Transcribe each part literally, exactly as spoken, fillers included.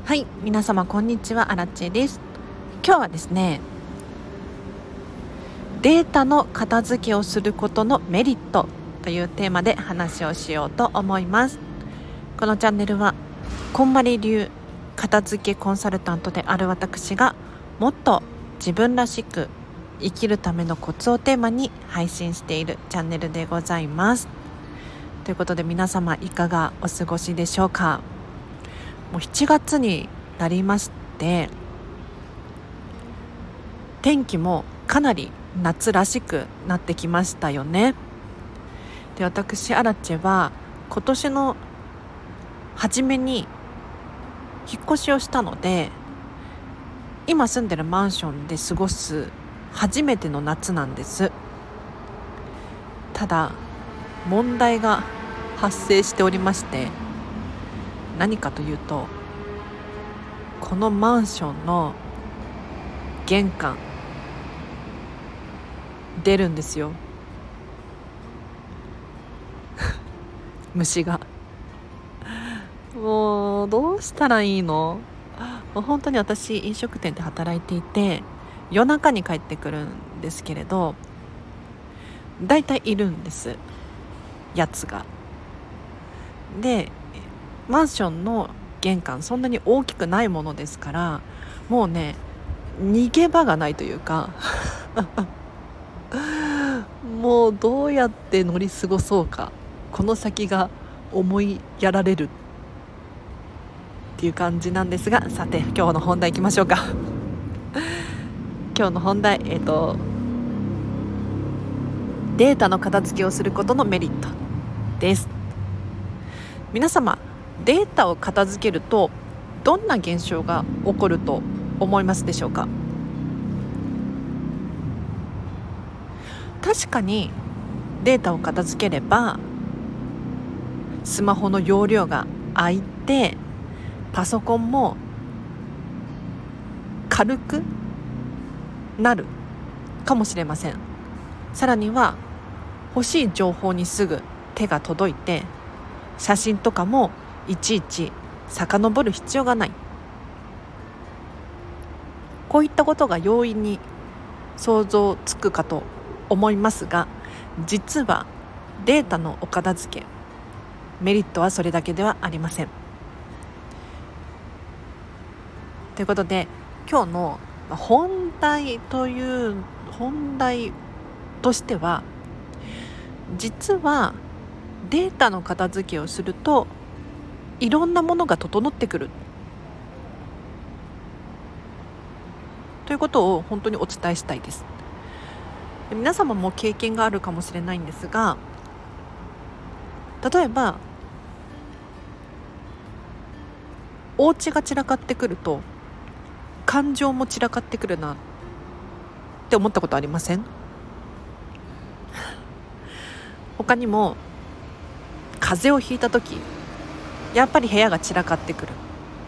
はい、皆様こんにちは、アラチェです。今日はですね、データの片付けをすることのメリットというテーマで話をしようと思います。このチャンネルはこんまり流片付けコンサルタントである私がもっと自分らしく生きるためのコツをテーマに配信しているチャンネルでございます。ということで皆様いかがお過ごしでしょうか。もうしちがつになりまして、天気もかなり夏らしくなってきましたよね。で、私アラチェは今年の初めに引っ越しをしたので、今住んでるマンションで過ごす初めての夏なんです。ただ問題が発生しておりまして、何かというと、このマンションの玄関出るんですよ虫が。もうどうしたらいいの。もう本当に私飲食店で働いていて、夜中に帰ってくるんですけれど、だいたいいるんですやつが。でマンションの玄関そんなに大きくないものですから、もうね逃げ場がないというかもうどうやって乗り過ごそうか、この先が思いやられるっていう感じなんですが、さて今日の本題いきましょうか今日の本題、えっとデータの片付けをすることのメリットです。皆様、データを片付けるとどんな現象が起こると思いますでしょうか。確かにデータを片付ければスマホの容量が空いて、パソコンも軽くなるかもしれません。さらには欲しい情報にすぐ手が届いて、写真とかもいちいち遡る必要がない。こういったことが容易に想像つくかと思いますが、実はデータのお片付け、メリットはそれだけではありません。ということで、今日の本題という本題としては、実はデータの片付けをするといろんなものが整ってくるということを本当にお伝えしたいです。皆様も経験があるかもしれないんですが、例えばお家が散らかってくると感情も散らかってくるなって思ったことありません？他にも風邪をひいた時、やっぱり部屋が散らかってくる。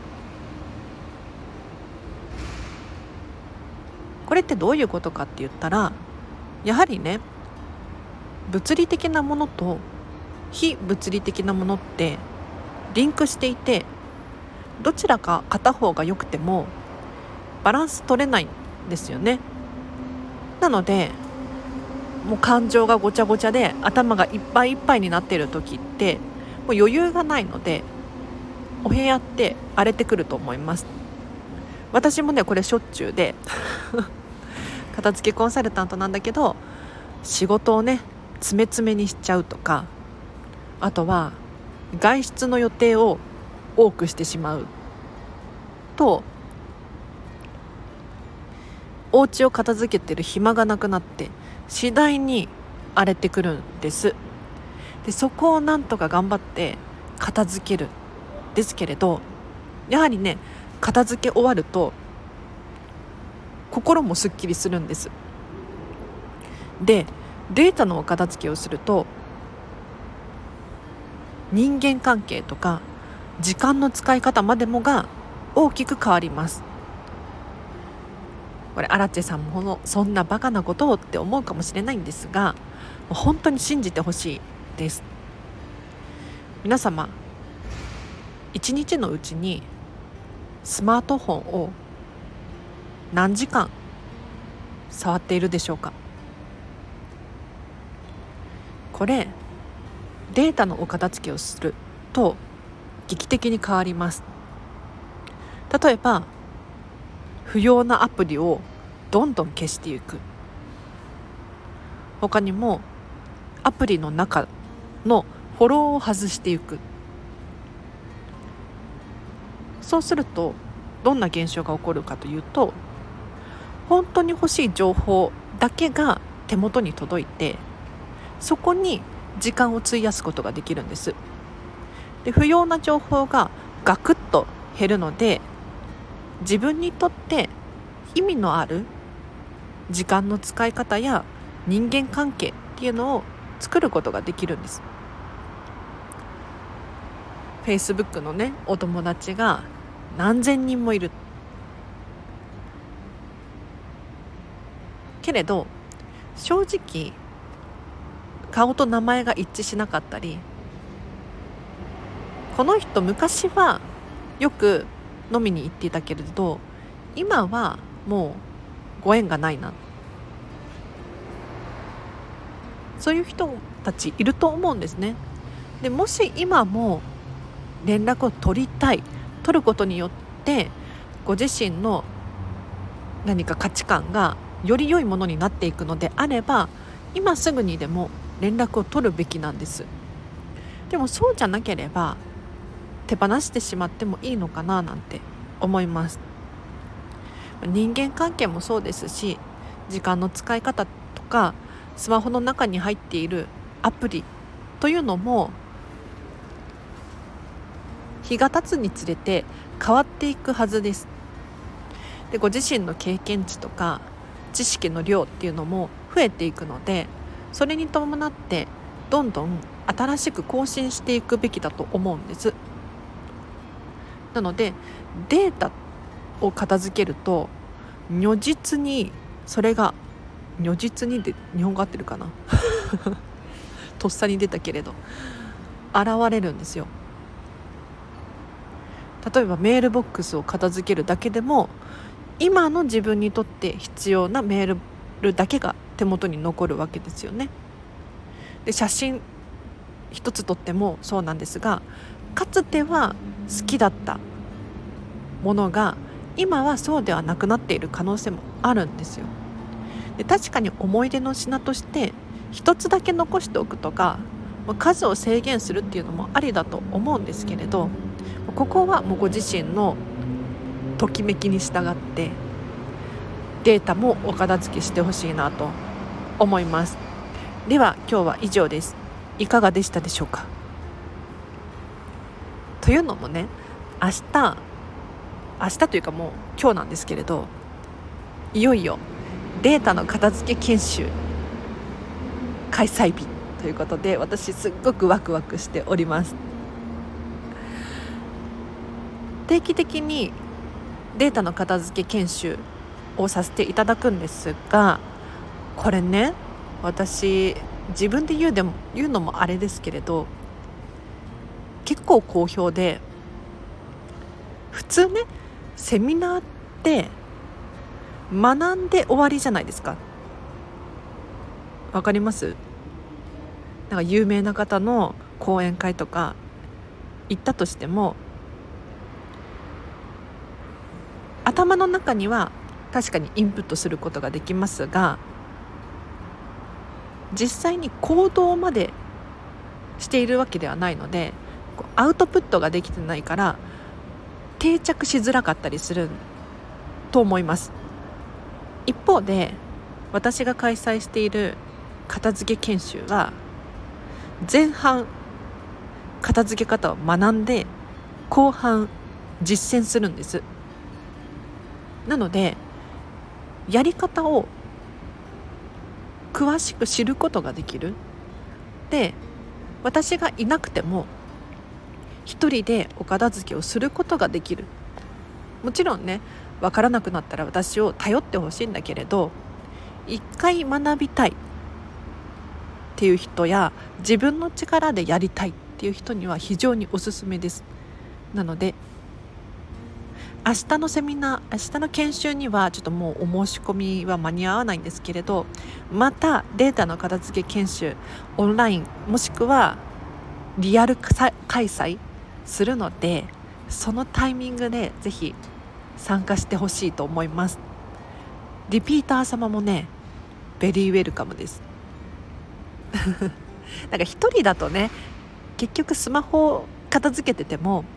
これってどういうことかって言ったら、やはりね、物理的なものと非物理的なものってリンクしていて、どちらか片方が良くてもバランス取れないんですよね。なのでもう感情がごちゃごちゃで頭がいっぱいいっぱいになっている時って、もう余裕がないのでお部屋って荒れてくると思います。私もねこれしょっちゅうで片付けコンサルタントなんだけど、仕事をね詰め詰めにしちゃうとか、あとは外出の予定を多くしてしまうと、お家を片付けてる暇がなくなって次第に荒れてくるんです。でそこをなんとか頑張って片付けるですけれど、やはりね片付け終わると心もすっきりするんです。でデータのお片付けをすると人間関係とか時間の使い方までもが大きく変わります。これアラチェさんもそんなバカなことをって思うかもしれないんですが、本当に信じてほしいです。皆様一日のうちにスマートフォンを何時間触っているでしょうか。これデータのお片付けをすると劇的に変わります。例えば不要なアプリをどんどん消していく。他にもアプリの中のフォローを外していく。そうするとどんな現象が起こるかというと、本当に欲しい情報だけが手元に届いて、そこに時間を費やすことができるんです。で、不要な情報がガクッと減るので、自分にとって意味のある時間の使い方や人間関係っていうのを作ることができるんです。 Facebook のね、お友達が何千人もいるけれど、正直顔と名前が一致しなかったり、この人昔はよく飲みに行っていたけれど今はもうご縁がないな、そういう人たちいると思うんですね。でもし今も連絡を取りたい、取ることによってご自身の何か価値観がより良いものになっていくのであれば、今すぐにでも連絡を取るべきなんです。でもそうじゃなければ手放してしまってもいいのかななんて思います。人間関係もそうですし、時間の使い方とかスマホの中に入っているアプリというのも日が経つにつれて変わっていくはずです。で、ご自身の経験値とか知識の量っていうのも増えていくので、それに伴ってどんどん新しく更新していくべきだと思うんです。なのでデータを片付けると如実にそれが如実にで日本語合ってるかなとっさに出たけれど現れるんですよ。例えばメールボックスを片付けるだけでも今の自分にとって必要なメールだけが手元に残るわけですよね。で、写真一つとってもそうなんですが、かつては好きだったものが今はそうではなくなっている可能性もあるんですよ。で、確かに思い出の品として一つだけ残しておくとか数を制限するっていうのもありだと思うんですけれど、ここはもうご自身のときめきに従ってデータもお片付けしてほしいなと思います。では今日は以上です。いかがでしたでしょうか。というのもね、明日明日というかもう今日なんですけれど、いよいよデータの片付け研修開催日ということで、私すっごくワクワクしております。定期的にデータの片付け研修をさせていただくんですが、これね、私自分で言うでも言うのもあれですけれど、結構好評で、普通ねセミナーって学んで終わりじゃないですか。わかります？なんか有名な方の講演会とか行ったとしても、頭の中には確かにインプットすることができますが、実際に行動までしているわけではないので、アウトプットができてないから定着しづらかったりすると思います。一方で私が開催している片付け研修は、前半片付け方を学んで後半実践するんです。なのでやり方を詳しく知ることができる。で、私がいなくても一人でお片付けをすることができる。もちろんね、分からなくなったら私を頼ってほしいんだけれど、一回学びたいっていう人や自分の力でやりたいっていう人には非常におすすめです。なので明日のセミナー明日の研修にはちょっともうお申し込みは間に合わないんですけれど、またデータの片付け研修オンラインもしくはリアル開催するので、そのタイミングでぜひ参加してほしいと思います。リピーター様もねベリーウェルカムですなんか一人だとね結局スマホを片付けてても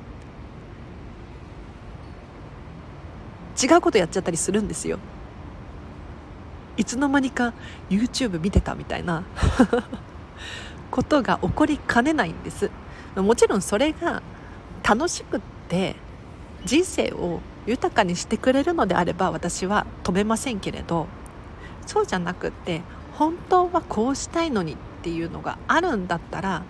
違うことやっちゃったりするんですよ。いつの間にか YouTube 見てたみたいなことが起こりかねないんです。もちろんそれが楽しくって人生を豊かにしてくれるのであれば私は止めませんけれど、そうじゃなくって本当はこうしたいのにっていうのがあるんだったら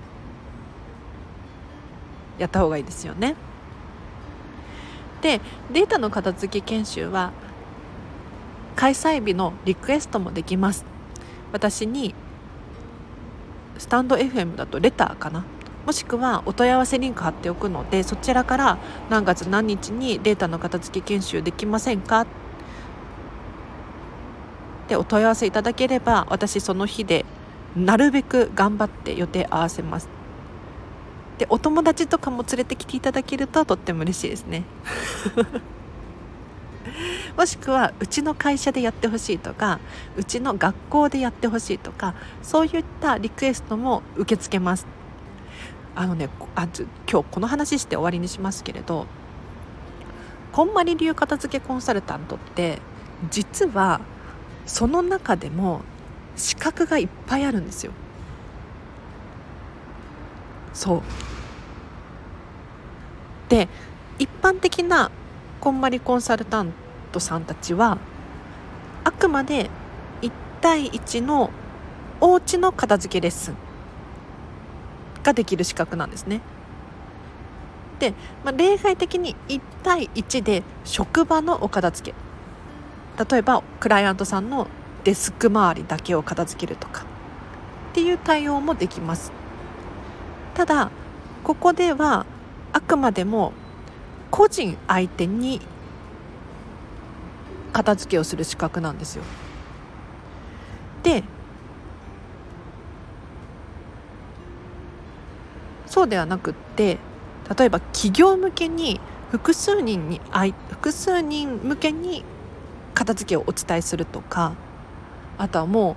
やった方がいいですよね。で、データの片付け研修は開催日のリクエストもできます。私にスタンド エフエム だとレターかな、もしくはお問い合わせリンク貼っておくので、そちらから何月何日にデータの片付け研修できませんかってお問い合わせいただければ、私その日でなるべく頑張って予定合わせます。で、お友達とかも連れてきていただけるととっても嬉しいですねもしくはうちの会社でやってほしいとか、うちの学校でやってほしいとか、そういったリクエストも受け付けます。あのねあ今日この話して終わりにしますけれど、こんまり流片付けコンサルタントって実はその中でも資格がいっぱいあるんですよ。そうで、一般的なこんまりコンサルタントさんたちはあくまでいち対いちのお家の片付けレッスンができる資格なんですね。で、まあ、例外的にいち対いちで職場のお片付け、例えばクライアントさんのデスク周りだけを片付けるとかっていう対応もできます。ただここではあくまでも個人相手に片付けをする資格なんですよ。で、そうではなくって、例えば企業向けに複数人に複数人向けに片付けをお伝えするとか、あとはもう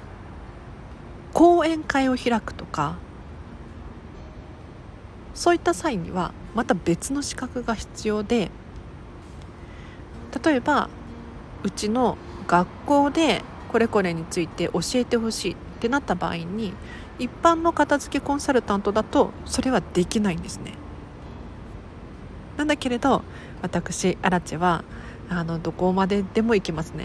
講演会を開くとか、そういった際にはまた別の資格が必要で、例えばうちの学校でこれこれについて教えてほしいってなった場合に、一般の片付けコンサルタントだとそれはできないんですね。なんだけれど私アラチェはあのどこまででも行けますね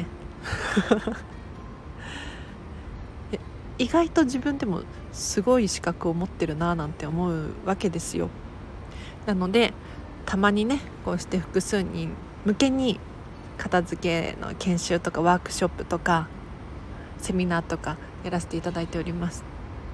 意外と自分でもすごい資格を持ってるななんて思うわけですよ。なのでたまにねこうして複数人向けに片付けの研修とかワークショップとかセミナーとかやらせていただいております。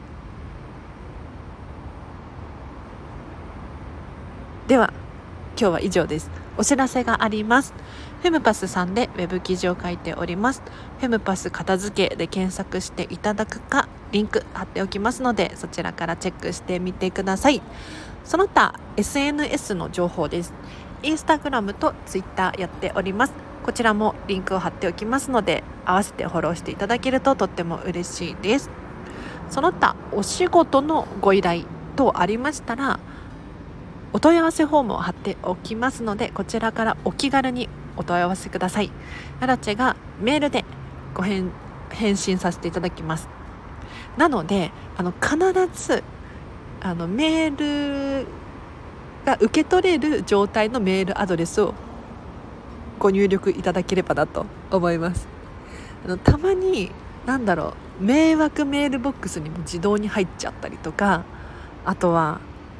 では今日は以上です。お知らせがあります。フェムパスさんでウェブ記事を書いております。フェムパス片付けで検索していただくか、リンク貼っておきますのでそちらからチェックしてみてください。その他 エスエヌエス の情報です。インスタグラムとツイッターやっております。こちらもリンクを貼っておきますので合わせてフォローしていただけるととっても嬉しいです。その他お仕事のご依頼等ありましたらお問い合わせフォームを貼っておきますのでこちらからお気軽にお問い合わせください。アラチェがメールでご返返信させていただきます。なのであの必ずあのメールが受け取れる状態のメールアドレスをご入力いただければなと思います。あのたまになんだろう迷惑メールボックスにも自動に入っちゃったりとか、あとは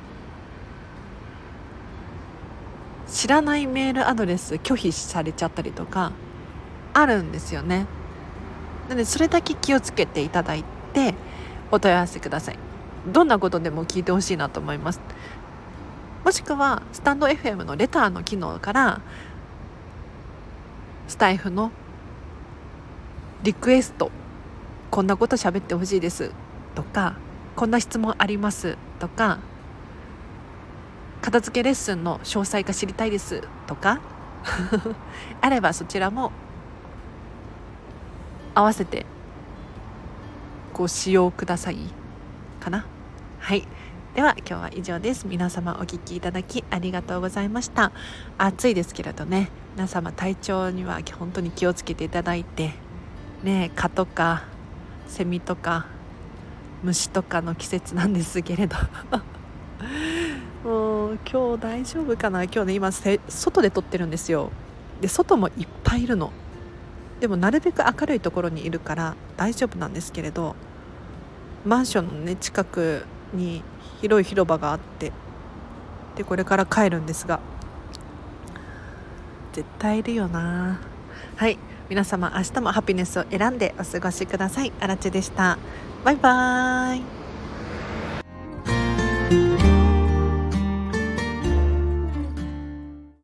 知らないメールアドレス拒否されちゃったりとかあるんですよね。なのでそれだけ気をつけていただいてお問い合わせください。どんなことでも聞いてほしいなと思います。もしくはスタンド エフエム のレターの機能からスタイフのリクエスト、こんなこと喋ってほしいですとか、こんな質問ありますとか、片付けレッスンの詳細が知りたいですとかあればそちらも合わせてご使用くださいかな。はい、では今日は以上です。皆様お聞きいただきありがとうございました。暑いですけれどね、皆様体調には本当に気をつけていただいてね、蚊とかセミとか虫とかの季節なんですけれどもう今日大丈夫かな。今日ね、今外で撮ってるんですよ。で外もいっぱいいるの。でもなるべく明るいところにいるから大丈夫なんですけれど、マンションのね近くに広い広場があって、でこれから帰るんですが、絶対いるよな。はい、皆様明日もハピネスを選んでお過ごしください。あらちでした。バイバーイ。